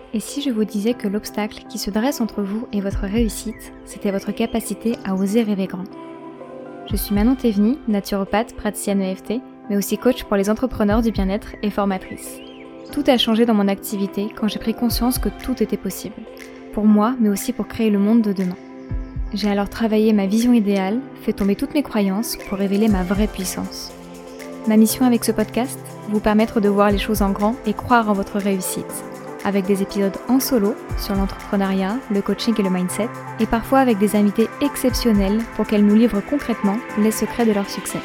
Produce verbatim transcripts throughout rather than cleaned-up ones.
Et si je vous disais que l'obstacle qui se dresse entre vous et votre réussite, c'était votre capacité à oser rêver grand? Je suis Manon Théveny, naturopathe, praticienne E F T, mais aussi coach pour les entrepreneurs du bien-être et formatrice. Tout a changé dans mon activité quand j'ai pris conscience que tout était possible. Pour moi, mais aussi pour créer le monde de demain. J'ai alors travaillé ma vision idéale, fait tomber toutes mes croyances pour révéler ma vraie puissance. Ma mission avec ce podcast, vous permettre de voir les choses en grand et croire en votre réussite. Avec des épisodes en solo sur l'entrepreneuriat, le coaching et le mindset, et parfois avec des invités exceptionnels pour qu'elles nous livrent concrètement les secrets de leur succès.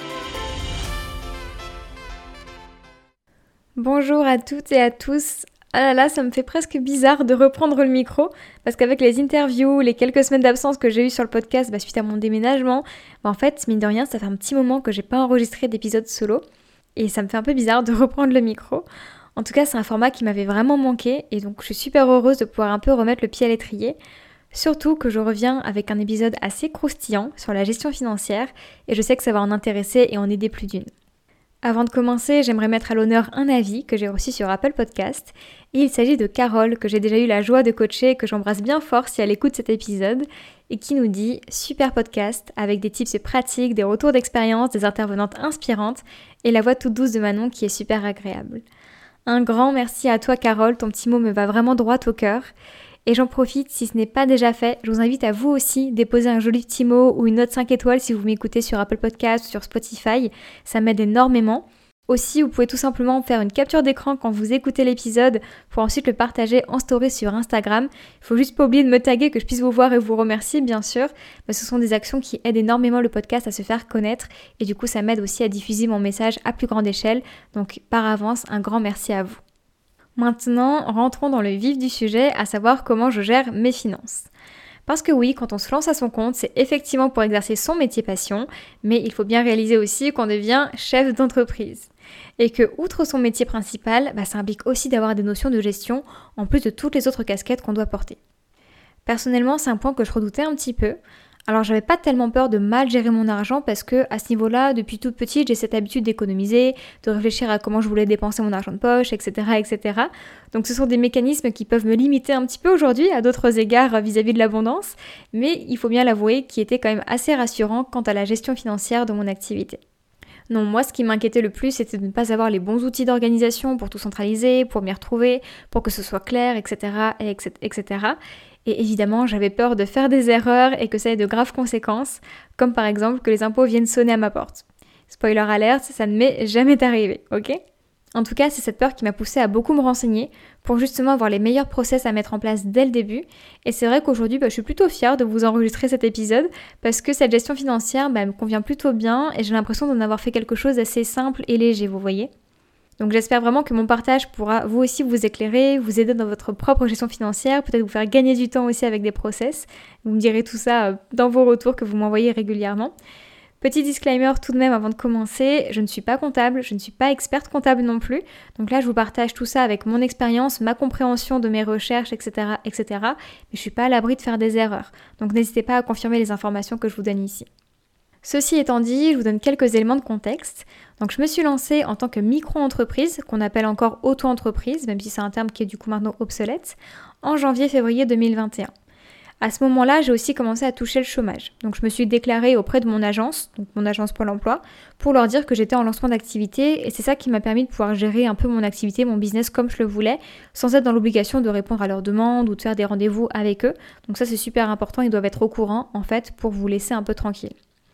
Bonjour à toutes et à tous. Ah là là, ça me fait presque bizarre de reprendre le micro, parce qu'avec les interviews, les quelques semaines d'absence que j'ai eues sur le podcast bah, suite à mon déménagement, bah, en fait, mine de rien, ça fait un petit moment que j'ai pas enregistré d'épisode solo, et ça me fait un peu bizarre de reprendre le micro. En tout cas, c'est un format qui m'avait vraiment manqué et donc je suis super heureuse de pouvoir un peu remettre le pied à l'étrier. Surtout que je reviens avec un épisode assez croustillant sur la gestion financière et je sais que ça va en intéresser et en aider plus d'une. Avant de commencer, j'aimerais mettre à l'honneur un avis que j'ai reçu sur Apple Podcast et il s'agit de Carole que j'ai déjà eu la joie de coacher et que j'embrasse bien fort si elle écoute cet épisode et qui nous dit « Super podcast avec des tips pratiques, des retours d'expérience, des intervenantes inspirantes et la voix toute douce de Manon qui est super agréable ». Un grand merci à toi Carole, ton petit mot me va vraiment droit au cœur. Et j'en profite, si ce n'est pas déjà fait, je vous invite à vous aussi déposer un joli petit mot ou une note cinq étoiles si vous m'écoutez sur Apple Podcast ou sur Spotify, ça m'aide énormément. Aussi, vous pouvez tout simplement faire une capture d'écran quand vous écoutez l'épisode pour ensuite le partager en story sur Instagram. Il faut juste pas oublier de me taguer que je puisse vous voir et vous remercier bien sûr. Parce que ce sont des actions qui aident énormément le podcast à se faire connaître et du coup ça m'aide aussi à diffuser mon message à plus grande échelle. Donc par avance, un grand merci à vous. Maintenant, rentrons dans le vif du sujet, à savoir comment je gère mes finances. Parce que oui, quand on se lance à son compte, c'est effectivement pour exercer son métier passion, mais il faut bien réaliser aussi qu'on devient chef d'entreprise. Et que, outre son métier principal, bah, ça implique aussi d'avoir des notions de gestion, en plus de toutes les autres casquettes qu'on doit porter. Personnellement, c'est un point que je redoutais un petit peu. Alors j'avais pas tellement peur de mal gérer mon argent parce que à ce niveau-là, depuis toute petite, j'ai cette habitude d'économiser, de réfléchir à comment je voulais dépenser mon argent de poche, et cetera, et cetera. Donc ce sont des mécanismes qui peuvent me limiter un petit peu aujourd'hui à d'autres égards vis-à-vis de l'abondance, mais il faut bien l'avouer qui était quand même assez rassurant quant à la gestion financière de mon activité. Non, moi ce qui m'inquiétait le plus c'était de ne pas avoir les bons outils d'organisation pour tout centraliser, pour m'y retrouver, pour que ce soit clair, et cetera, et cetera. Et évidemment, j'avais peur de faire des erreurs et que ça ait de graves conséquences, comme par exemple que les impôts viennent sonner à ma porte. Spoiler alert, ça ne m'est jamais arrivé, ok ? En tout cas, c'est cette peur qui m'a poussée à beaucoup me renseigner pour justement avoir les meilleurs process à mettre en place dès le début. Et c'est vrai qu'aujourd'hui, bah, je suis plutôt fière de vous enregistrer cet épisode parce que cette gestion financière bah, me convient plutôt bien et j'ai l'impression d'en avoir fait quelque chose d'assez simple et léger, vous voyez ? Donc j'espère vraiment que mon partage pourra vous aussi vous éclairer, vous aider dans votre propre gestion financière, peut-être vous faire gagner du temps aussi avec des process. Vous me direz tout ça dans vos retours que vous m'envoyez régulièrement. Petit disclaimer tout de même avant de commencer, je ne suis pas comptable, je ne suis pas experte comptable non plus. Donc là je vous partage tout ça avec mon expérience, ma compréhension de mes recherches, et cetera, et cetera. Mais je ne suis pas à l'abri de faire des erreurs. Donc n'hésitez pas à confirmer les informations que je vous donne ici. Ceci étant dit, je vous donne quelques éléments de contexte. Donc je me suis lancée en tant que micro-entreprise, qu'on appelle encore auto-entreprise, même si c'est un terme qui est du coup maintenant obsolète, en janvier-février deux mille vingt et un. À ce moment-là, j'ai aussi commencé à toucher le chômage. Donc je me suis déclarée auprès de mon agence, donc mon agence Pôle emploi, pour leur dire que j'étais en lancement d'activité et c'est ça qui m'a permis de pouvoir gérer un peu mon activité, mon business comme je le voulais, sans être dans l'obligation de répondre à leurs demandes ou de faire des rendez-vous avec eux. Donc ça c'est super important, ils doivent être au courant en fait pour vous laisser un peu tranquille.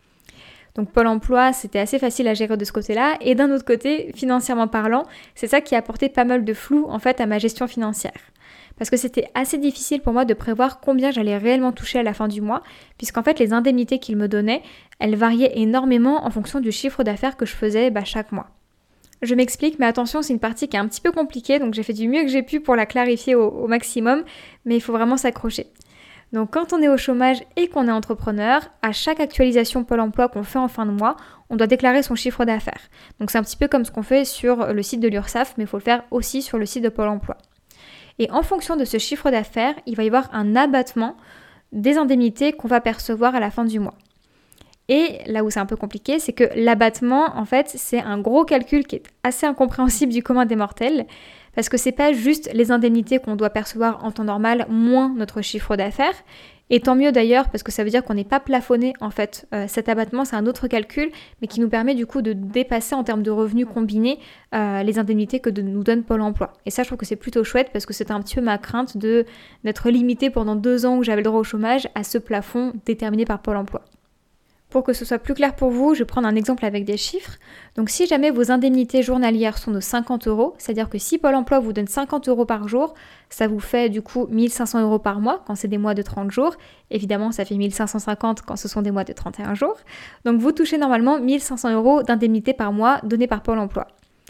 Donc Pôle emploi, c'était assez facile à gérer de ce côté-là. Et d'un autre côté, financièrement parlant, c'est ça qui a apporté pas mal de flou en fait à ma gestion financière. Parce que c'était assez difficile pour moi de prévoir combien j'allais réellement toucher à la fin du mois, puisqu'en fait les indemnités qu'ils me donnaient, elles variaient énormément en fonction du chiffre d'affaires que je faisais bah, chaque mois. Je m'explique, mais attention, c'est une partie qui est un petit peu compliquée, donc j'ai fait du mieux que j'ai pu pour la clarifier au, au maximum, mais il faut vraiment s'accrocher. Donc quand on est au chômage et qu'on est entrepreneur, à chaque actualisation Pôle emploi qu'on fait en fin de mois, on doit déclarer son chiffre d'affaires. Donc c'est un petit peu comme ce qu'on fait sur le site de l'URSSAF, mais il faut le faire aussi sur le site de Pôle emploi. Et en fonction de ce chiffre d'affaires, il va y avoir un abattement des indemnités qu'on va percevoir à la fin du mois. Et là où c'est un peu compliqué, c'est que l'abattement, en fait, c'est un gros calcul qui est assez incompréhensible du commun des mortels, Parce que c'est pas juste les indemnités qu'on doit percevoir en temps normal moins notre chiffre d'affaires. Et tant mieux d'ailleurs, parce que ça veut dire qu'on n'est pas plafonné en fait. Euh, cet abattement, c'est un autre calcul, mais qui nous permet du coup de dépasser en termes de revenus combinés euh, les indemnités que de, nous donne Pôle emploi. Et ça, je trouve que c'est plutôt chouette, parce que c'était un petit peu ma crainte de, d'être limitée pendant deux ans où j'avais le droit au chômage à ce plafond déterminé par Pôle emploi. Pour que ce soit plus clair pour vous, je vais prendre un exemple avec des chiffres. Donc si jamais vos indemnités journalières sont de cinquante euros, c'est-à-dire que si Pôle emploi vous donne cinquante euros par jour, ça vous fait du coup mille cinq cents euros par mois quand c'est des mois de trente jours. Évidemment, ça fait mille cinq cent cinquante quand ce sont des mois de trente et un jours. Donc vous touchez normalement mille cinq cents euros d'indemnité par mois donnée par Pôle emploi.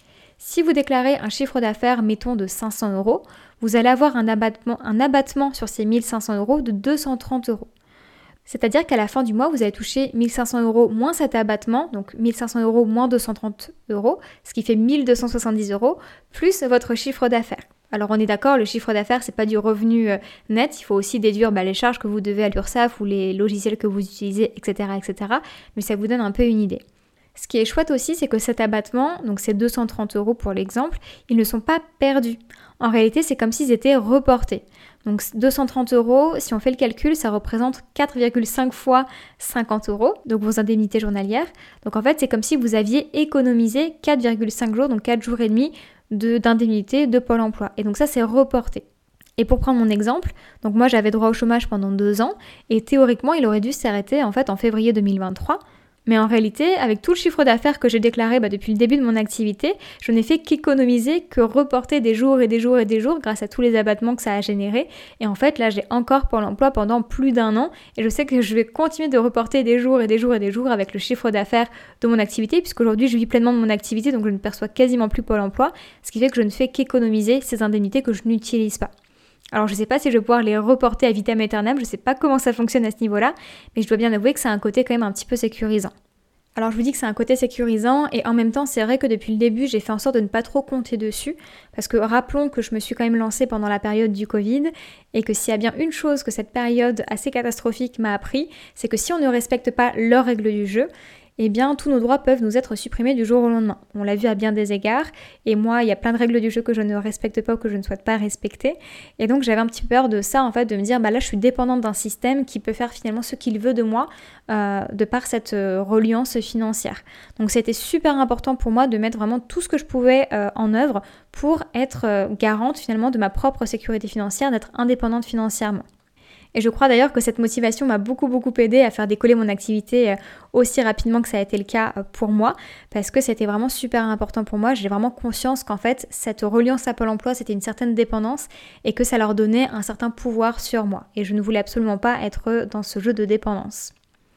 Si vous déclarez un chiffre d'affaires, mettons, de cinq cents euros, vous allez avoir un abattement, un abattement sur ces mille cinq cents euros de deux cent trente euros. C'est-à-dire qu'à la fin du mois, vous allez toucher mille cinq cents euros moins cet abattement, donc mille cinq cents euros moins deux cent trente euros, ce qui fait mille deux cent soixante-dix euros, plus votre chiffre d'affaires. Alors on est d'accord, le chiffre d'affaires, c'est pas du revenu euh, net, il faut aussi déduire bah, les charges que vous devez à l'URSSAF ou les logiciels que vous utilisez, et cetera, et cetera. Mais ça vous donne un peu une idée. Ce qui est chouette aussi, c'est que cet abattement, donc ces deux cent trente euros pour l'exemple, ils ne sont pas perdus. En réalité, c'est comme s'ils étaient reportés. Donc deux cent trente euros, si on fait le calcul, ça représente quatre virgule cinq fois cinquante euros, donc vos indemnités journalières. Donc en fait, c'est comme si vous aviez économisé quatre virgule cinq jours, donc quatre jours et demi de, d'indemnité de Pôle emploi. Et donc ça, c'est reporté. Et pour prendre mon exemple, donc moi j'avais droit au chômage pendant deux ans, et théoriquement, il aurait dû s'arrêter en fait en février deux mille vingt-trois. Mais en réalité, avec tout le chiffre d'affaires que j'ai déclaré bah, depuis le début de mon activité, je n'ai fait qu'économiser, que reporter des jours et des jours et des jours grâce à tous les abattements que ça a généré. Et en fait, là, j'ai encore Pôle emploi pendant plus d'un an et je sais que je vais continuer de reporter des jours et des jours et des jours avec le chiffre d'affaires de mon activité, puisqu'aujourd'hui, je vis pleinement de mon activité, donc je ne perçois quasiment plus Pôle emploi, ce qui fait que je ne fais qu'économiser ces indemnités que je n'utilise pas. Alors je ne sais pas si je vais pouvoir les reporter à vitam aeternam, je ne sais pas comment ça fonctionne à ce niveau-là, mais je dois bien avouer que ça a un côté quand même un petit peu sécurisant. Alors je vous dis que c'est un côté sécurisant et en même temps c'est vrai que depuis le début j'ai fait en sorte de ne pas trop compter dessus parce que rappelons que je me suis quand même lancée pendant la période du Covid et que s'il y a bien une chose que cette période assez catastrophique m'a appris, c'est que si on ne respecte pas leurs règles du jeu, eh bien tous nos droits peuvent nous être supprimés du jour au lendemain. On l'a vu à bien des égards, et moi il y a plein de règles du jeu que je ne respecte pas ou que je ne souhaite pas respecter, et donc j'avais un petit peu peur de ça en fait, de me dire bah là je suis dépendante d'un système qui peut faire finalement ce qu'il veut de moi euh, de par cette euh, reliance financière. Donc c'était super important pour moi de mettre vraiment tout ce que je pouvais euh, en œuvre pour être euh, garante finalement de ma propre sécurité financière, d'être indépendante financièrement. Et je crois d'ailleurs que cette motivation m'a beaucoup beaucoup aidée à faire décoller mon activité aussi rapidement que ça a été le cas pour moi, parce que c'était vraiment super important pour moi. J'ai vraiment conscience qu'en fait, cette reliance à Pôle emploi, c'était une certaine dépendance et que ça leur donnait un certain pouvoir sur moi. Et je ne voulais absolument pas être dans ce jeu de dépendance.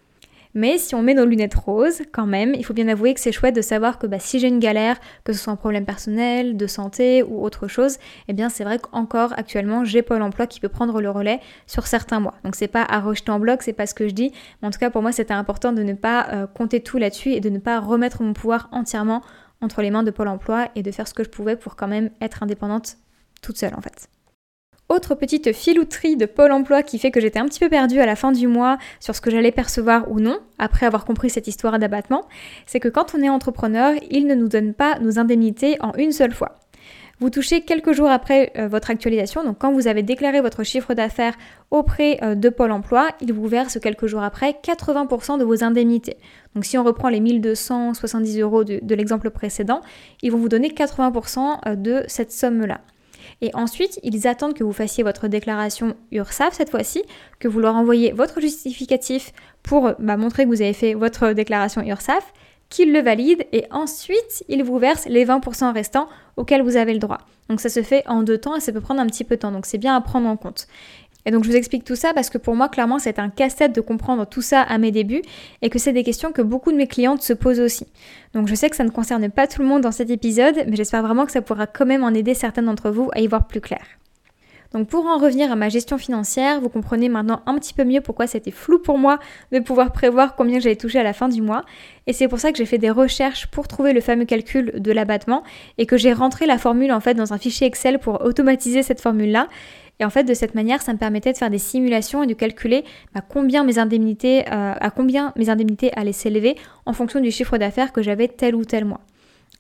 Mais si on met nos lunettes roses, quand même, il faut bien avouer que c'est chouette de savoir que bah, si j'ai une galère, que ce soit un problème personnel, de santé ou autre chose, eh bien c'est vrai qu'encore actuellement j'ai Pôle emploi qui peut prendre le relais sur certains mois. Donc c'est pas à rejeter en bloc, c'est pas ce que je dis, mais en tout cas pour moi c'était important de ne pas euh, compter tout là-dessus et de ne pas remettre mon pouvoir entièrement entre les mains de Pôle emploi et de faire ce que je pouvais pour quand même être indépendante toute seule en fait. Autre petite filouterie de Pôle emploi qui fait que j'étais un petit peu perdue à la fin du mois sur ce que j'allais percevoir ou non, après avoir compris cette histoire d'abattement, c'est que quand on est entrepreneur, ils ne nous donnent pas nos indemnités en une seule fois. Vous touchez quelques jours après euh, votre actualisation, donc quand vous avez déclaré votre chiffre d'affaires auprès euh, de Pôle emploi, ils vous versent quelques jours après quatre-vingts pour cent de vos indemnités. Donc si on reprend les mille deux cent soixante-dix euros de, de l'exemple précédent, ils vont vous donner quatre-vingts pour cent de cette somme-là. Et ensuite, ils attendent que vous fassiez votre déclaration URSSAF cette fois-ci, que vous leur envoyez votre justificatif pour bah, montrer que vous avez fait votre déclaration URSSAF, qu'ils le valident et ensuite, ils vous versent les vingt pour cent restants auxquels vous avez le droit. Donc ça se fait en deux temps et ça peut prendre un petit peu de temps, donc c'est bien à prendre en compte. Et donc je vous explique tout ça parce que pour moi, clairement, c'est un casse-tête de comprendre tout ça à mes débuts et que c'est des questions que beaucoup de mes clientes se posent aussi. Donc je sais que ça ne concerne pas tout le monde dans cet épisode, mais j'espère vraiment que ça pourra quand même en aider certaines d'entre vous à y voir plus clair. Donc pour en revenir à ma gestion financière, vous comprenez maintenant un petit peu mieux pourquoi c'était flou pour moi de pouvoir prévoir combien j'allais toucher à la fin du mois. Et c'est pour ça que j'ai fait des recherches pour trouver le fameux calcul de l'abattement et que j'ai rentré la formule en fait dans un fichier Excel pour automatiser cette formule-là. Et en fait, de cette manière, ça me permettait de faire des simulations et de calculer bah, combien mes indemnités, euh, à combien mes indemnités allaient s'élever en fonction du chiffre d'affaires que j'avais tel ou tel mois.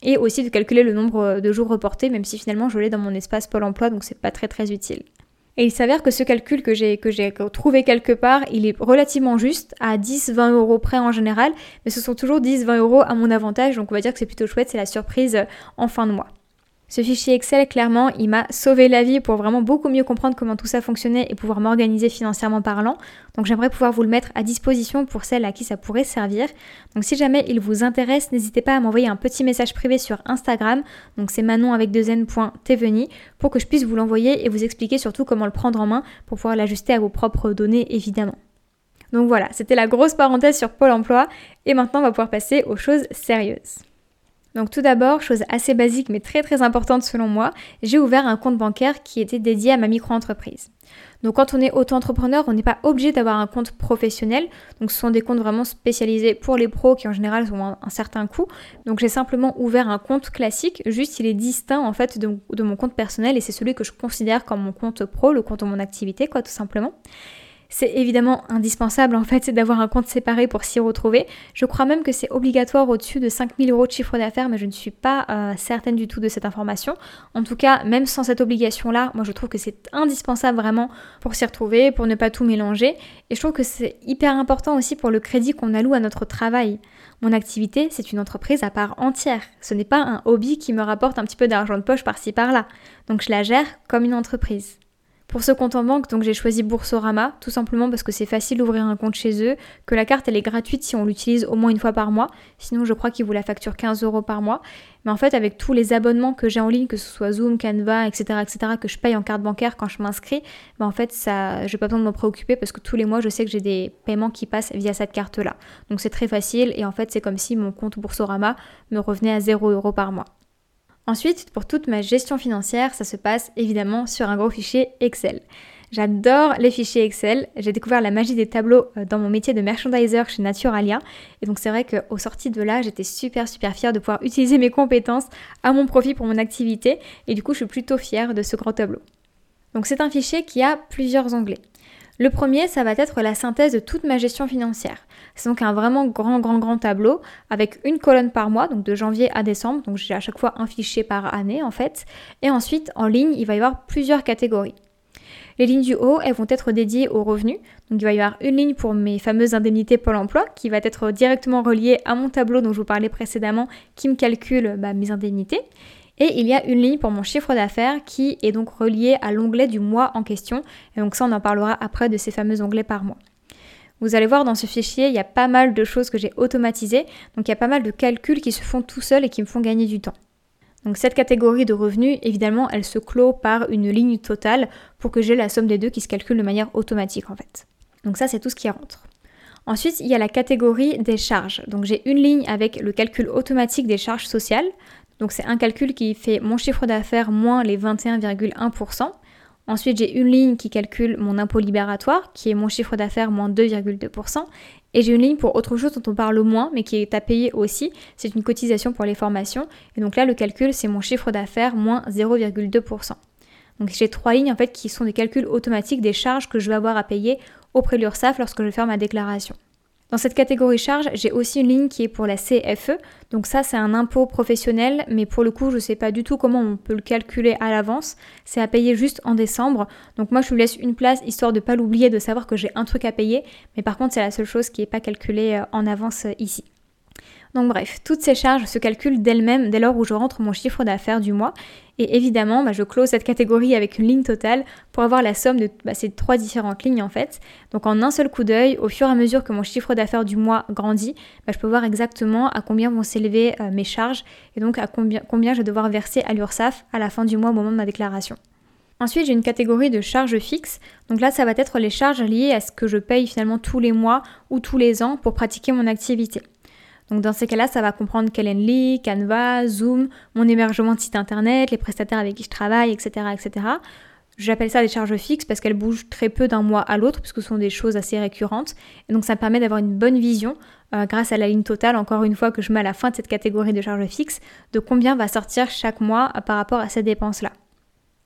et aussi de calculer le nombre de jours reportés, même si finalement je l'ai dans mon espace Pôle emploi, donc c'est pas très très utile. Et il s'avère que ce calcul que j'ai, que j'ai trouvé quelque part, il est relativement juste, à dix à vingt euros près en général, mais ce sont toujours dix à vingt euros à mon avantage, donc on va dire que c'est plutôt chouette, c'est la surprise en fin de mois. Ce fichier Excel, clairement, il m'a sauvé la vie pour vraiment beaucoup mieux comprendre comment tout ça fonctionnait et pouvoir m'organiser financièrement parlant. Donc j'aimerais pouvoir vous le mettre à disposition pour celles à qui ça pourrait servir. Donc si jamais il vous intéresse, n'hésitez pas à m'envoyer un petit message privé sur Instagram. Donc c'est manon avec deux n point teveni pour que je puisse vous l'envoyer et vous expliquer surtout comment le prendre en main pour pouvoir l'ajuster à vos propres données évidemment. Donc voilà, c'était la grosse parenthèse sur Pôle emploi et maintenant on va pouvoir passer aux choses sérieuses. Donc tout d'abord, chose assez basique mais très très importante selon moi, j'ai ouvert un compte bancaire qui était dédié à ma micro-entreprise. Donc quand on est auto-entrepreneur, on n'est pas obligé d'avoir un compte professionnel, donc ce sont des comptes vraiment spécialisés pour les pros qui en général ont un, un certain coût. Donc j'ai simplement ouvert un compte classique, juste il est distinct en fait de, de mon compte personnel et c'est celui que je considère comme mon compte pro, le compte de mon activité quoi tout simplement. C'est évidemment indispensable en fait d'avoir un compte séparé pour s'y retrouver. Je crois même que c'est obligatoire au-dessus de cinq mille euros de chiffre d'affaires, mais je ne suis pas euh, certaine du tout de cette information. En tout cas, même sans cette obligation-là, moi je trouve que c'est indispensable vraiment pour s'y retrouver, pour ne pas tout mélanger. Et je trouve que c'est hyper important aussi pour le crédit qu'on alloue à notre travail. Mon activité, c'est une entreprise à part entière. Ce n'est pas un hobby qui me rapporte un petit peu d'argent de poche par-ci par-là. Donc je la gère comme une entreprise. Pour ce compte en banque, donc j'ai choisi Boursorama, tout simplement parce que c'est facile d'ouvrir un compte chez eux, que la carte elle est gratuite si on l'utilise au moins une fois par mois, sinon je crois qu'ils vous la facturent quinze euros par mois. Mais en fait avec tous les abonnements que j'ai en ligne, que ce soit Zoom, Canva, et cetera, et cetera, que je paye en carte bancaire quand je m'inscris, ben en fait ça, j'ai pas besoin de m'en préoccuper parce que tous les mois je sais que j'ai des paiements qui passent via cette carte-là. Donc c'est très facile et en fait c'est comme si mon compte Boursorama me revenait à zéro euros par mois. Ensuite, pour toute ma gestion financière, ça se passe évidemment sur un gros fichier Excel. J'adore les fichiers Excel, j'ai découvert la magie des tableaux dans mon métier de merchandiser chez Naturalia et donc c'est vrai qu'au sorti de là, j'étais super super fière de pouvoir utiliser mes compétences à mon profit pour mon activité et du coup je suis plutôt fière de ce grand tableau. Donc c'est un fichier qui a plusieurs onglets. Le premier, ça va être la synthèse de toute ma gestion financière. C'est donc un vraiment grand, grand, grand tableau avec une colonne par mois, donc de janvier à décembre. Donc j'ai à chaque fois un fichier par année en fait. Et ensuite, en ligne, il va y avoir plusieurs catégories. Les lignes du haut, elles vont être dédiées aux revenus. Donc il va y avoir une ligne pour mes fameuses indemnités Pôle emploi qui va être directement reliée à mon tableau dont je vous parlais précédemment qui me calcule bah, mes indemnités. Et il y a une ligne pour mon chiffre d'affaires qui est donc reliée à l'onglet du mois en question. Et donc ça, on en parlera après de ces fameux onglets par mois. Vous allez voir dans ce fichier, il y a pas mal de choses que j'ai automatisées. Donc il y a pas mal de calculs qui se font tout seuls et qui me font gagner du temps. Donc cette catégorie de revenus, évidemment, elle se clôt par une ligne totale pour que j'ai la somme des deux qui se calcule de manière automatique en fait. Donc ça, c'est tout ce qui rentre. Ensuite, il y a la catégorie des charges. Donc j'ai une ligne avec le calcul automatique des charges sociales. Donc c'est un calcul qui fait mon chiffre d'affaires moins les vingt et un virgule un pour cent. Ensuite, j'ai une ligne qui calcule mon impôt libératoire, qui est mon chiffre d'affaires moins deux virgule deux pour cent. Et j'ai une ligne pour autre chose dont on parle moins, mais qui est à payer aussi. C'est une cotisation pour les formations. Et donc là, le calcul, c'est mon chiffre d'affaires moins zéro virgule deux pour cent. Donc j'ai trois lignes en fait qui sont des calculs automatiques des charges que je vais avoir à payer auprès de l'URSSAF lorsque je vais faire ma déclaration. Dans cette catégorie charges, j'ai aussi une ligne qui est pour la C F E. Donc ça, c'est un impôt professionnel, mais pour le coup, je ne sais pas du tout comment on peut le calculer à l'avance. C'est à payer juste en décembre. Donc moi, je vous laisse une place, histoire de ne pas l'oublier, de savoir que j'ai un truc à payer. Mais par contre, c'est la seule chose qui n'est pas calculée en avance ici. Donc bref, toutes ces charges se calculent d'elles-mêmes dès lors où je rentre mon chiffre d'affaires du mois. Et évidemment, bah, je close cette catégorie avec une ligne totale pour avoir la somme de bah, ces trois différentes lignes en fait. Donc en un seul coup d'œil, au fur et à mesure que mon chiffre d'affaires du mois grandit, bah, je peux voir exactement à combien vont s'élever euh, mes charges et donc à combien, combien je vais devoir verser à l'URSSAF à la fin du mois au moment de ma déclaration. Ensuite, j'ai une catégorie de charges fixes. Donc là, ça va être les charges liées à ce que je paye finalement tous les mois ou tous les ans pour pratiquer mon activité. Donc dans ces cas-là, ça va comprendre Calendly, Canva, Zoom, mon hébergement de site internet, les prestataires avec qui je travaille, et cetera, et cetera. J'appelle ça des charges fixes parce qu'elles bougent très peu d'un mois à l'autre puisque ce sont des choses assez récurrentes. Et donc ça me permet d'avoir une bonne vision euh, grâce à la ligne totale, encore une fois, que je mets à la fin de cette catégorie de charges fixes, de combien va sortir chaque mois euh, par rapport à ces dépenses-là.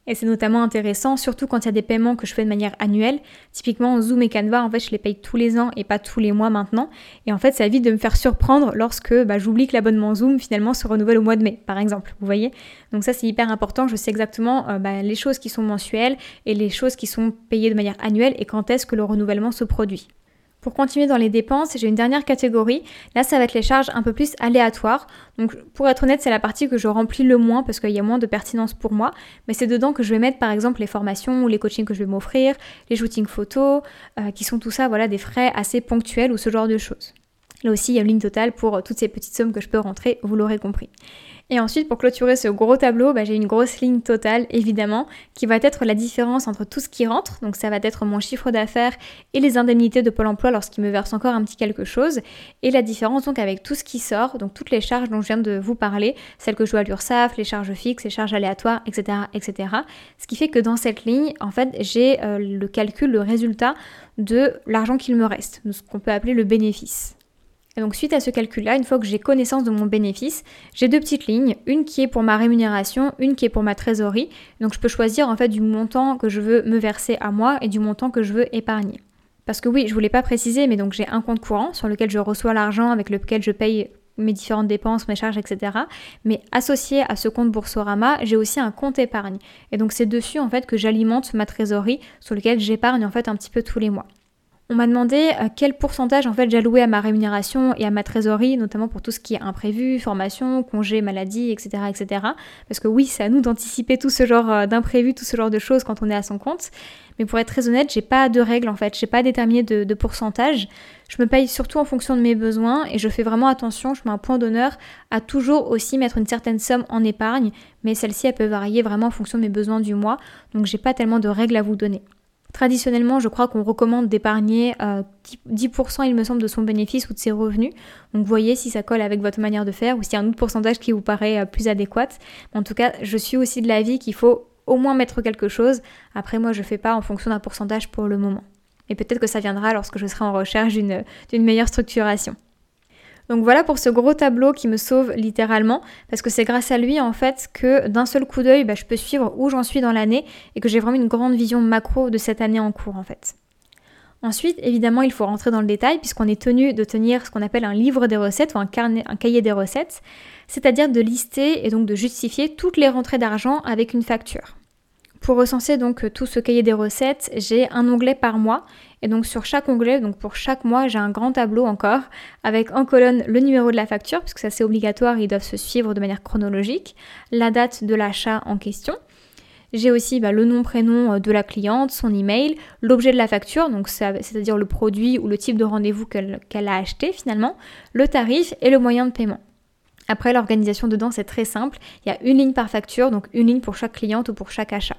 Et c'est notamment intéressant, surtout quand il y a des paiements que je fais de manière annuelle. Typiquement, Zoom et Canva, en fait, je les paye tous les ans et pas tous les mois maintenant. Et en fait, ça évite de me faire surprendre lorsque bah, j'oublie que l'abonnement Zoom, finalement, se renouvelle au mois de mai, par exemple. Vous voyez ? Donc ça, c'est hyper important. Je sais exactement euh, bah, les choses qui sont mensuelles et les choses qui sont payées de manière annuelle et quand est-ce que le renouvellement se produit. Pour continuer dans les dépenses, j'ai une dernière catégorie. Là, ça va être les charges un peu plus aléatoires. Donc, pour être honnête, c'est la partie que je remplis le moins parce qu'il y a moins de pertinence pour moi. Mais c'est dedans que je vais mettre, par exemple, les formations ou les coachings que je vais m'offrir, les shootings photos, euh, qui sont tout ça, voilà, des frais assez ponctuels ou ce genre de choses. Là aussi, il y a une ligne totale pour toutes ces petites sommes que je peux rentrer, vous l'aurez compris. Et ensuite, pour clôturer ce gros tableau, bah, j'ai une grosse ligne totale, évidemment, qui va être la différence entre tout ce qui rentre, donc ça va être mon chiffre d'affaires et les indemnités de Pôle emploi lorsqu'il me verse encore un petit quelque chose, et la différence donc avec tout ce qui sort, donc toutes les charges dont je viens de vous parler, celles que je dois à l'URSSAF, les charges fixes, les charges aléatoires, et cetera, et cetera. Ce qui fait que dans cette ligne, en fait, j'ai euh, le calcul, le résultat de l'argent qu'il me reste, de ce qu'on peut appeler le bénéfice. Et donc suite à ce calcul-là, une fois que j'ai connaissance de mon bénéfice, j'ai deux petites lignes, une qui est pour ma rémunération, une qui est pour ma trésorerie. Donc je peux choisir en fait du montant que je veux me verser à moi et du montant que je veux épargner. Parce que oui, je ne voulais pas préciser, mais donc j'ai un compte courant sur lequel je reçois l'argent avec lequel je paye mes différentes dépenses, mes charges, et cetera. Mais associé à ce compte Boursorama, j'ai aussi un compte épargne. Et donc c'est dessus en fait que j'alimente ma trésorerie sur lequel j'épargne en fait un petit peu tous les mois. On m'a demandé quel pourcentage en fait j'allouais à ma rémunération et à ma trésorerie, notamment pour tout ce qui est imprévu, formation, congé, maladie, et cetera, et cetera. Parce que oui, c'est à nous d'anticiper tout ce genre d'imprévus, tout ce genre de choses quand on est à son compte. Mais pour être très honnête, j'ai pas de règle en fait, j'ai pas déterminé de, de pourcentage. Je me paye surtout en fonction de mes besoins et je fais vraiment attention, je mets un point d'honneur à toujours aussi mettre une certaine somme en épargne, mais celle-ci elle peut varier vraiment en fonction de mes besoins du mois, donc j'ai pas tellement de règles à vous donner. Traditionnellement, je crois qu'on recommande d'épargner euh, dix pour cent, il me semble, de son bénéfice ou de ses revenus. Donc voyez si ça colle avec votre manière de faire ou s'il y a un autre pourcentage qui vous paraît euh, plus adéquat. En tout cas, je suis aussi de l'avis qu'il faut au moins mettre quelque chose. Après, moi, je ne fais pas en fonction d'un pourcentage pour le moment. Et peut-être que ça viendra lorsque je serai en recherche d'une, d'une meilleure structuration. Donc voilà pour ce gros tableau qui me sauve littéralement, parce que c'est grâce à lui en fait que d'un seul coup d'œil, bah, je peux suivre où j'en suis dans l'année et que j'ai vraiment une grande vision macro de cette année en cours en fait. Ensuite, évidemment, il faut rentrer dans le détail puisqu'on est tenu de tenir ce qu'on appelle un livre des recettes ou un, carnet, un cahier des recettes, c'est-à-dire de lister et donc de justifier toutes les rentrées d'argent avec une facture. Pour recenser donc tout ce cahier des recettes, j'ai un onglet par mois et donc sur chaque onglet, donc pour chaque mois, j'ai un grand tableau encore avec en colonne le numéro de la facture puisque ça c'est obligatoire, ils doivent se suivre de manière chronologique, la date de l'achat en question. J'ai aussi bah, le nom, prénom de la cliente, son email, l'objet de la facture, donc ça, c'est-à-dire le produit ou le type de rendez-vous qu'elle, qu'elle a acheté finalement, le tarif et le moyen de paiement. Après, l'organisation dedans, c'est très simple. Il y a une ligne par facture, donc une ligne pour chaque cliente ou pour chaque achat.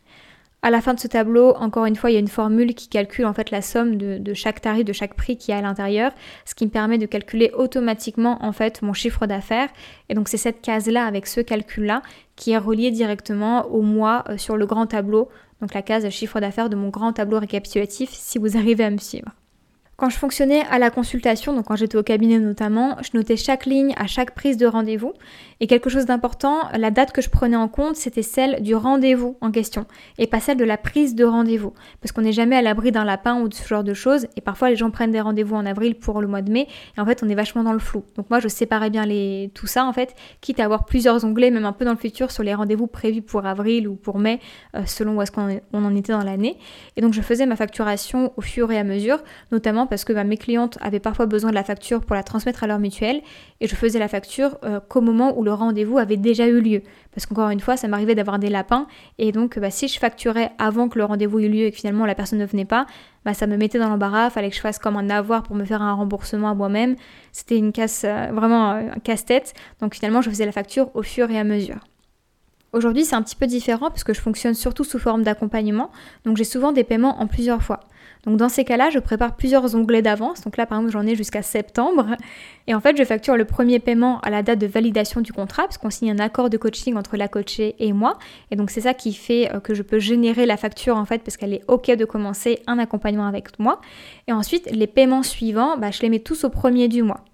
À la fin de ce tableau, encore une fois, il y a une formule qui calcule en fait la somme de, de chaque tarif, de chaque prix qui est à l'intérieur, ce qui me permet de calculer automatiquement en fait mon chiffre d'affaires. Et donc c'est cette case-là avec ce calcul-là qui est reliée directement au mois euh, sur le grand tableau, donc la case chiffre d'affaires de mon grand tableau récapitulatif si vous arrivez à me suivre. Quand je fonctionnais à la consultation, donc quand j'étais au cabinet notamment, je notais chaque ligne à chaque prise de rendez-vous. Et quelque chose d'important, la date que je prenais en compte, c'était celle du rendez-vous en question et pas celle de la prise de rendez-vous. Parce qu'on n'est jamais à l'abri d'un lapin ou de ce genre de choses. Et parfois, les gens prennent des rendez-vous en avril pour le mois de mai. Et en fait, on est vachement dans le flou. Donc moi, je séparais bien les... tout ça en fait, quitte à avoir plusieurs onglets, même un peu dans le futur, sur les rendez-vous prévus pour avril ou pour mai, euh, selon où est-ce qu'on on en était dans l'année. Et donc, je faisais ma facturation au fur et à mesure, notamment parce que bah, mes clientes avaient parfois besoin de la facture pour la transmettre à leur mutuelle et je faisais la facture euh, qu'au moment où le rendez-vous avait déjà eu lieu. Parce qu'encore une fois, ça m'arrivait d'avoir des lapins et donc bah, si je facturais avant que le rendez-vous ait lieu et que finalement la personne ne venait pas, bah, ça me mettait dans l'embarras, fallait que je fasse comme un avoir pour me faire un remboursement à moi-même. C'était une casse, euh, vraiment euh, un casse-tête, donc finalement je faisais la facture au fur et à mesure. Aujourd'hui, c'est un petit peu différent parce que je fonctionne surtout sous forme d'accompagnement, donc j'ai souvent des paiements en plusieurs fois. Donc dans ces cas-là, je prépare plusieurs onglets d'avance. Donc là, par exemple, j'en ai jusqu'à septembre. Et en fait, je facture le premier paiement à la date de validation du contrat, parce qu'on signe un accord de coaching entre la coachée et moi. Et donc c'est ça qui fait que je peux générer la facture, en fait, parce qu'elle est OK de commencer un accompagnement avec moi. Et ensuite, les paiements suivants, bah, je les mets tous au premier du mois.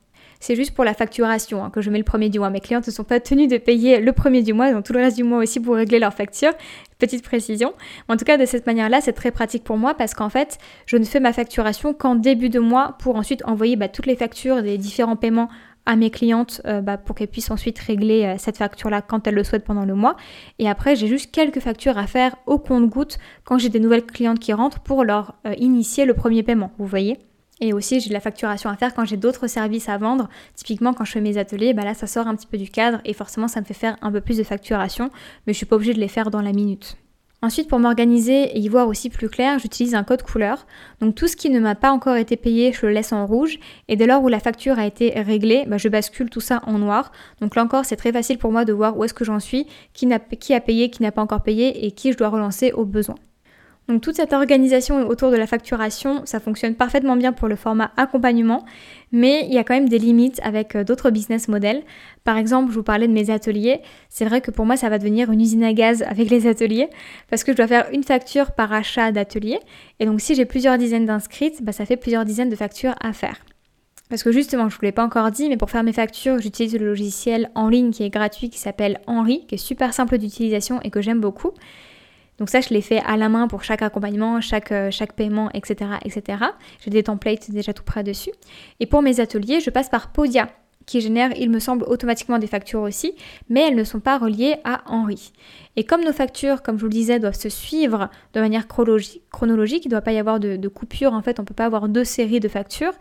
c'est juste pour la facturation hein, que je mets le premier du mois. Mes clientes ne sont pas tenues de payer le premier du mois, donc tout le reste du mois aussi pour régler leur facture. Petite précision. En tout cas, de cette manière-là, c'est très pratique pour moi parce qu'en fait, je ne fais ma facturation qu'en début de mois pour ensuite envoyer bah, toutes les factures des différents paiements à mes clientes euh, bah, pour qu'elles puissent ensuite régler euh, cette facture-là quand elles le souhaitent pendant le mois. Et après, j'ai juste quelques factures à faire au compte-gouttes quand j'ai des nouvelles clientes qui rentrent pour leur euh, initier le premier paiement, vous voyez. Et aussi, j'ai de la facturation à faire quand j'ai d'autres services à vendre. Typiquement, quand je fais mes ateliers, bah là, ça sort un petit peu du cadre et forcément, ça me fait faire un peu plus de facturation, mais je suis pas obligée de les faire dans la minute. Ensuite, pour m'organiser et y voir aussi plus clair, j'utilise un code couleur. Donc tout ce qui ne m'a pas encore été payé, je le laisse en rouge. Et dès lors où la facture a été réglée, bah, je bascule tout ça en noir. Donc là encore, c'est très facile pour moi de voir où est-ce que j'en suis, qui, n'a, qui a payé, qui n'a pas encore payé et qui je dois relancer au besoin. Donc toute cette organisation autour de la facturation, ça fonctionne parfaitement bien pour le format accompagnement, mais il y a quand même des limites avec d'autres business models. Par exemple, je vous parlais de mes ateliers, c'est vrai que pour moi ça va devenir une usine à gaz avec les ateliers, parce que je dois faire une facture par achat d'atelier, et donc si j'ai plusieurs dizaines d'inscrites, bah, ça fait plusieurs dizaines de factures à faire. Parce que justement, je ne vous l'ai pas encore dit, mais pour faire mes factures, j'utilise le logiciel en ligne qui est gratuit, qui s'appelle Henri, qui est super simple d'utilisation et que j'aime beaucoup. Donc ça, je l'ai fait à la main pour chaque accompagnement, chaque, euh, chaque paiement, et cetera, et cetera. J'ai des templates déjà tout près dessus. Et pour mes ateliers, je passe par Podia, qui génère, il me semble, automatiquement des factures aussi, mais elles ne sont pas reliées à Henri. Et comme nos factures, comme je vous le disais, doivent se suivre de manière chronologique, chronologique il ne doit pas y avoir de, de coupure, en fait, on ne peut pas avoir deux séries de factures,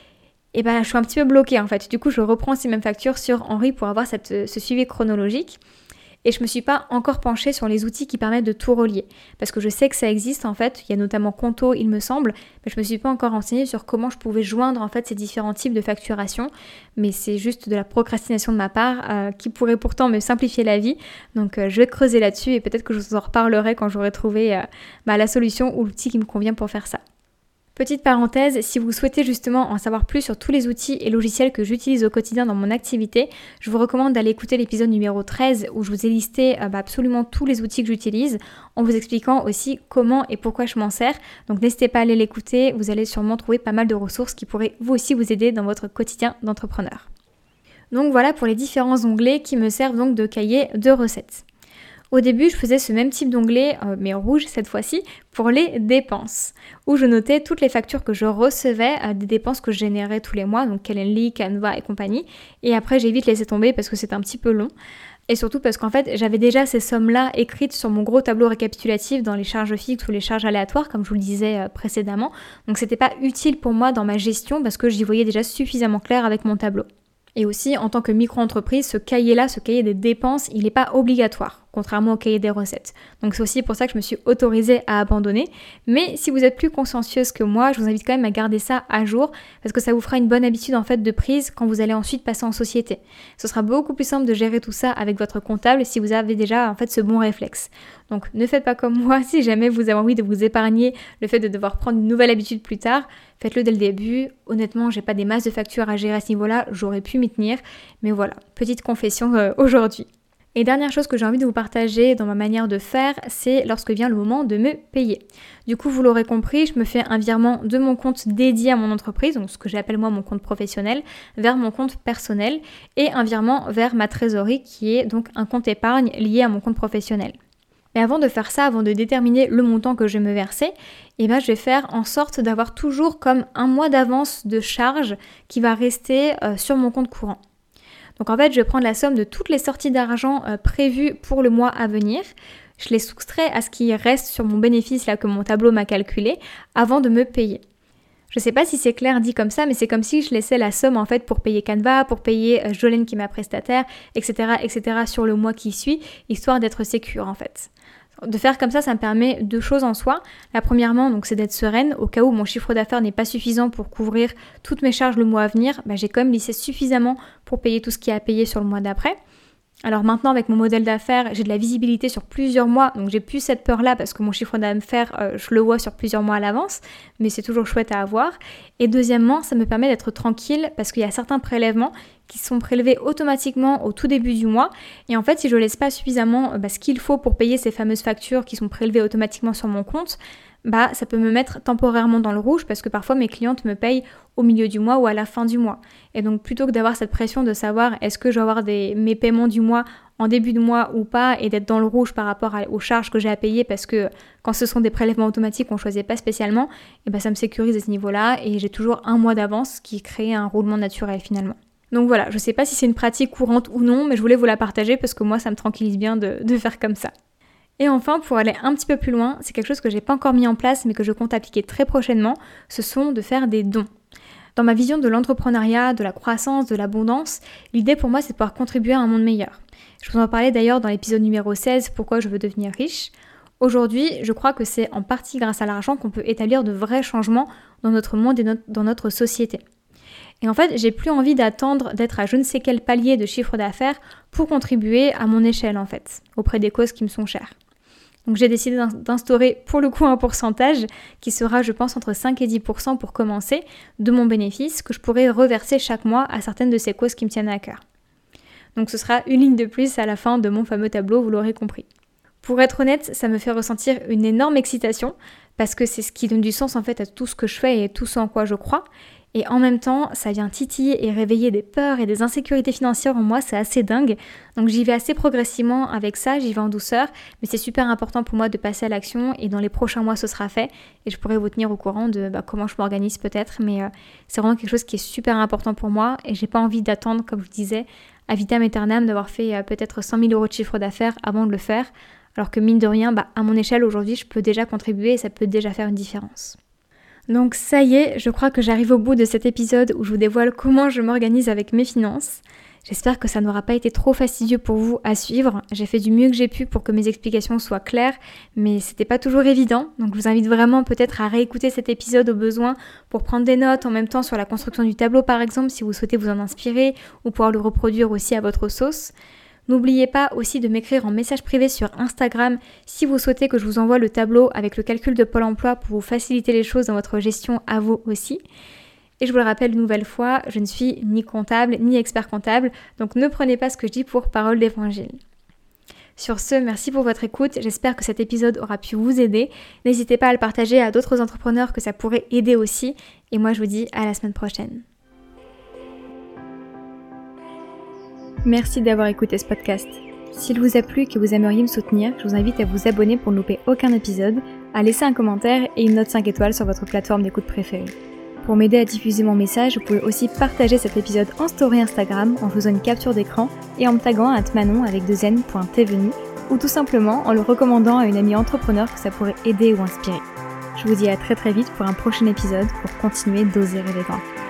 et ben je suis un petit peu bloquée, en fait. Du coup, je reprends ces mêmes factures sur Henri pour avoir cette, ce suivi chronologique. Et je ne me suis pas encore penchée sur les outils qui permettent de tout relier. Parce que je sais que ça existe en fait, il y a notamment Conto il me semble, mais je ne me suis pas encore renseignée sur comment je pouvais joindre en fait ces différents types de facturation. Mais c'est juste de la procrastination de ma part euh, qui pourrait pourtant me simplifier la vie. Donc euh, je vais creuser là-dessus et peut-être que je vous en reparlerai quand j'aurai trouvé euh, bah, la solution ou l'outil qui me convient pour faire ça. Petite parenthèse, si vous souhaitez justement en savoir plus sur tous les outils et logiciels que j'utilise au quotidien dans mon activité, je vous recommande d'aller écouter l'épisode numéro treize où je vous ai listé euh, bah, absolument tous les outils que j'utilise en vous expliquant aussi comment et pourquoi je m'en sers. Donc n'hésitez pas à aller l'écouter, vous allez sûrement trouver pas mal de ressources qui pourraient vous aussi vous aider dans votre quotidien d'entrepreneur. Donc voilà pour les différents onglets qui me servent donc de cahier de recettes. Au début, je faisais ce même type d'onglet, euh, mais rouge cette fois-ci, pour les dépenses, où je notais toutes les factures que je recevais, euh, des dépenses que je générais tous les mois, donc Calendly, Canva et compagnie. Et après, j'ai vite laissé tomber parce que c'est un petit peu long. Et surtout parce qu'en fait, j'avais déjà ces sommes-là écrites sur mon gros tableau récapitulatif dans les charges fixes ou les charges aléatoires, comme je vous le disais euh, précédemment. Donc c'était pas utile pour moi dans ma gestion parce que j'y voyais déjà suffisamment clair avec mon tableau. Et aussi, en tant que micro-entreprise, ce cahier-là, ce cahier des dépenses, il n'est pas obligatoire, contrairement au cahier des recettes. Donc c'est aussi pour ça que je me suis autorisée à abandonner. Mais si vous êtes plus consciencieuse que moi, je vous invite quand même à garder ça à jour, parce que ça vous fera une bonne habitude en fait de prise quand vous allez ensuite passer en société. Ce sera beaucoup plus simple de gérer tout ça avec votre comptable si vous avez déjà en fait ce bon réflexe. Donc ne faites pas comme moi, si jamais vous avez envie de vous épargner le fait de devoir prendre une nouvelle habitude plus tard, faites-le dès le début. Honnêtement, j'ai pas des masses de factures à gérer à ce niveau-là, j'aurais pu m'y tenir, mais voilà, petite confession euh, aujourd'hui. Et dernière chose que j'ai envie de vous partager dans ma manière de faire, c'est lorsque vient le moment de me payer. Du coup, vous l'aurez compris, je me fais un virement de mon compte dédié à mon entreprise, donc ce que j'appelle moi mon compte professionnel, vers mon compte personnel, et un virement vers ma trésorerie qui est donc un compte épargne lié à mon compte professionnel. Mais avant de faire ça, avant de déterminer le montant que je vais me verser, eh ben, je vais faire en sorte d'avoir toujours comme un mois d'avance de charge qui va rester euh, sur mon compte courant. Donc en fait, je vais prendre la somme de toutes les sorties d'argent euh, prévues pour le mois à venir. Je les soustrais à ce qui reste sur mon bénéfice là que mon tableau m'a calculé avant de me payer. Je sais pas si c'est clair dit comme ça, mais c'est comme si je laissais la somme en fait pour payer Canva, pour payer euh, Jolene qui est ma prestataire, et cetera, et cetera sur le mois qui suit, histoire d'être sécure en fait. De faire comme ça, ça me permet deux choses en soi. La premièrement, donc, c'est d'être sereine. Au cas où mon chiffre d'affaires n'est pas suffisant pour couvrir toutes mes charges le mois à venir, bah, j'ai quand même lissé suffisamment pour payer tout ce qui est à payer sur le mois d'après. Alors maintenant, avec mon modèle d'affaires, j'ai de la visibilité sur plusieurs mois, donc j'ai plus cette peur-là parce que mon chiffre d'affaires, euh, je le vois sur plusieurs mois à l'avance, mais c'est toujours chouette à avoir. Et deuxièmement, ça me permet d'être tranquille parce qu'il y a certains prélèvements qui sont prélevés automatiquement au tout début du mois. Et en fait, si je laisse pas suffisamment bah, ce qu'il faut pour payer ces fameuses factures qui sont prélevées automatiquement sur mon compte, bah ça peut me mettre temporairement dans le rouge parce que parfois mes clientes me payent au milieu du mois ou à la fin du mois. Et donc plutôt que d'avoir cette pression de savoir est-ce que je vais avoir des, mes paiements du mois en début de mois ou pas et d'être dans le rouge par rapport à, aux charges que j'ai à payer parce que quand ce sont des prélèvements automatiques qu'on ne choisit pas spécialement, et bah ça me sécurise à ce niveau-là et j'ai toujours un mois d'avance qui crée un roulement naturel finalement. Donc voilà, je ne sais pas si c'est une pratique courante ou non, mais je voulais vous la partager parce que moi ça me tranquillise bien de, de faire comme ça. Et enfin, pour aller un petit peu plus loin, c'est quelque chose que j'ai pas encore mis en place mais que je compte appliquer très prochainement, ce sont de faire des dons. Dans ma vision de l'entrepreneuriat, de la croissance, de l'abondance, l'idée pour moi c'est de pouvoir contribuer à un monde meilleur. Je vous en parlais d'ailleurs dans l'épisode numéro seize, Pourquoi je veux devenir riche. Aujourd'hui, je crois que c'est en partie grâce à l'argent qu'on peut établir de vrais changements dans notre monde et dans notre société. Et en fait, j'ai plus envie d'attendre d'être à je ne sais quel palier de chiffre d'affaires pour contribuer à mon échelle en fait, auprès des causes qui me sont chères. Donc j'ai décidé d'instaurer pour le coup un pourcentage qui sera je pense entre cinq et dix pour cent pour commencer de mon bénéfice que je pourrai reverser chaque mois à certaines de ces causes qui me tiennent à cœur. Donc ce sera une ligne de plus à la fin de mon fameux tableau, vous l'aurez compris. Pour être honnête, ça me fait ressentir une énorme excitation parce que c'est ce qui donne du sens en fait à tout ce que je fais et tout ce en quoi je crois. Et en même temps, ça vient titiller et réveiller des peurs et des insécurités financières en moi, c'est assez dingue. Donc j'y vais assez progressivement avec ça, j'y vais en douceur, mais c'est super important pour moi de passer à l'action et dans les prochains mois ce sera fait et je pourrai vous tenir au courant de bah, comment je m'organise peut-être, mais euh, c'est vraiment quelque chose qui est super important pour moi et j'ai pas envie d'attendre, comme je disais, à vitam aeternam d'avoir fait euh, peut-être cent mille euros de chiffre d'affaires avant de le faire, alors que mine de rien, bah, à mon échelle aujourd'hui, je peux déjà contribuer et ça peut déjà faire une différence. Donc ça y est, je crois que j'arrive au bout de cet épisode où je vous dévoile comment je m'organise avec mes finances. J'espère que ça n'aura pas été trop fastidieux pour vous à suivre. J'ai fait du mieux que j'ai pu pour que mes explications soient claires, mais c'était pas toujours évident. Donc je vous invite vraiment peut-être à réécouter cet épisode au besoin pour prendre des notes en même temps sur la construction du tableau par exemple, si vous souhaitez vous en inspirer ou pouvoir le reproduire aussi à votre sauce. N'oubliez pas aussi de m'écrire en message privé sur Instagram si vous souhaitez que je vous envoie le tableau avec le calcul de Pôle emploi pour vous faciliter les choses dans votre gestion à vous aussi. Et je vous le rappelle une nouvelle fois, je ne suis ni comptable ni expert comptable, donc ne prenez pas ce que je dis pour parole d'évangile. Sur ce, merci pour votre écoute, j'espère que cet épisode aura pu vous aider. N'hésitez pas à le partager à d'autres entrepreneurs que ça pourrait aider aussi. Et moi je vous dis à la semaine prochaine. Merci d'avoir écouté ce podcast. S'il vous a plu et que vous aimeriez me soutenir, je vous invite à vous abonner pour ne louper aucun épisode, à laisser un commentaire et une note cinq étoiles sur votre plateforme d'écoute préférée. Pour m'aider à diffuser mon message, vous pouvez aussi partager cet épisode en story Instagram en faisant une capture d'écran et en me taguant à manon avec deux n point t venu ou tout simplement en le recommandant à une amie entrepreneur que ça pourrait aider ou inspirer. Je vous dis à très très vite pour un prochain épisode pour continuer d'oser rêver grand.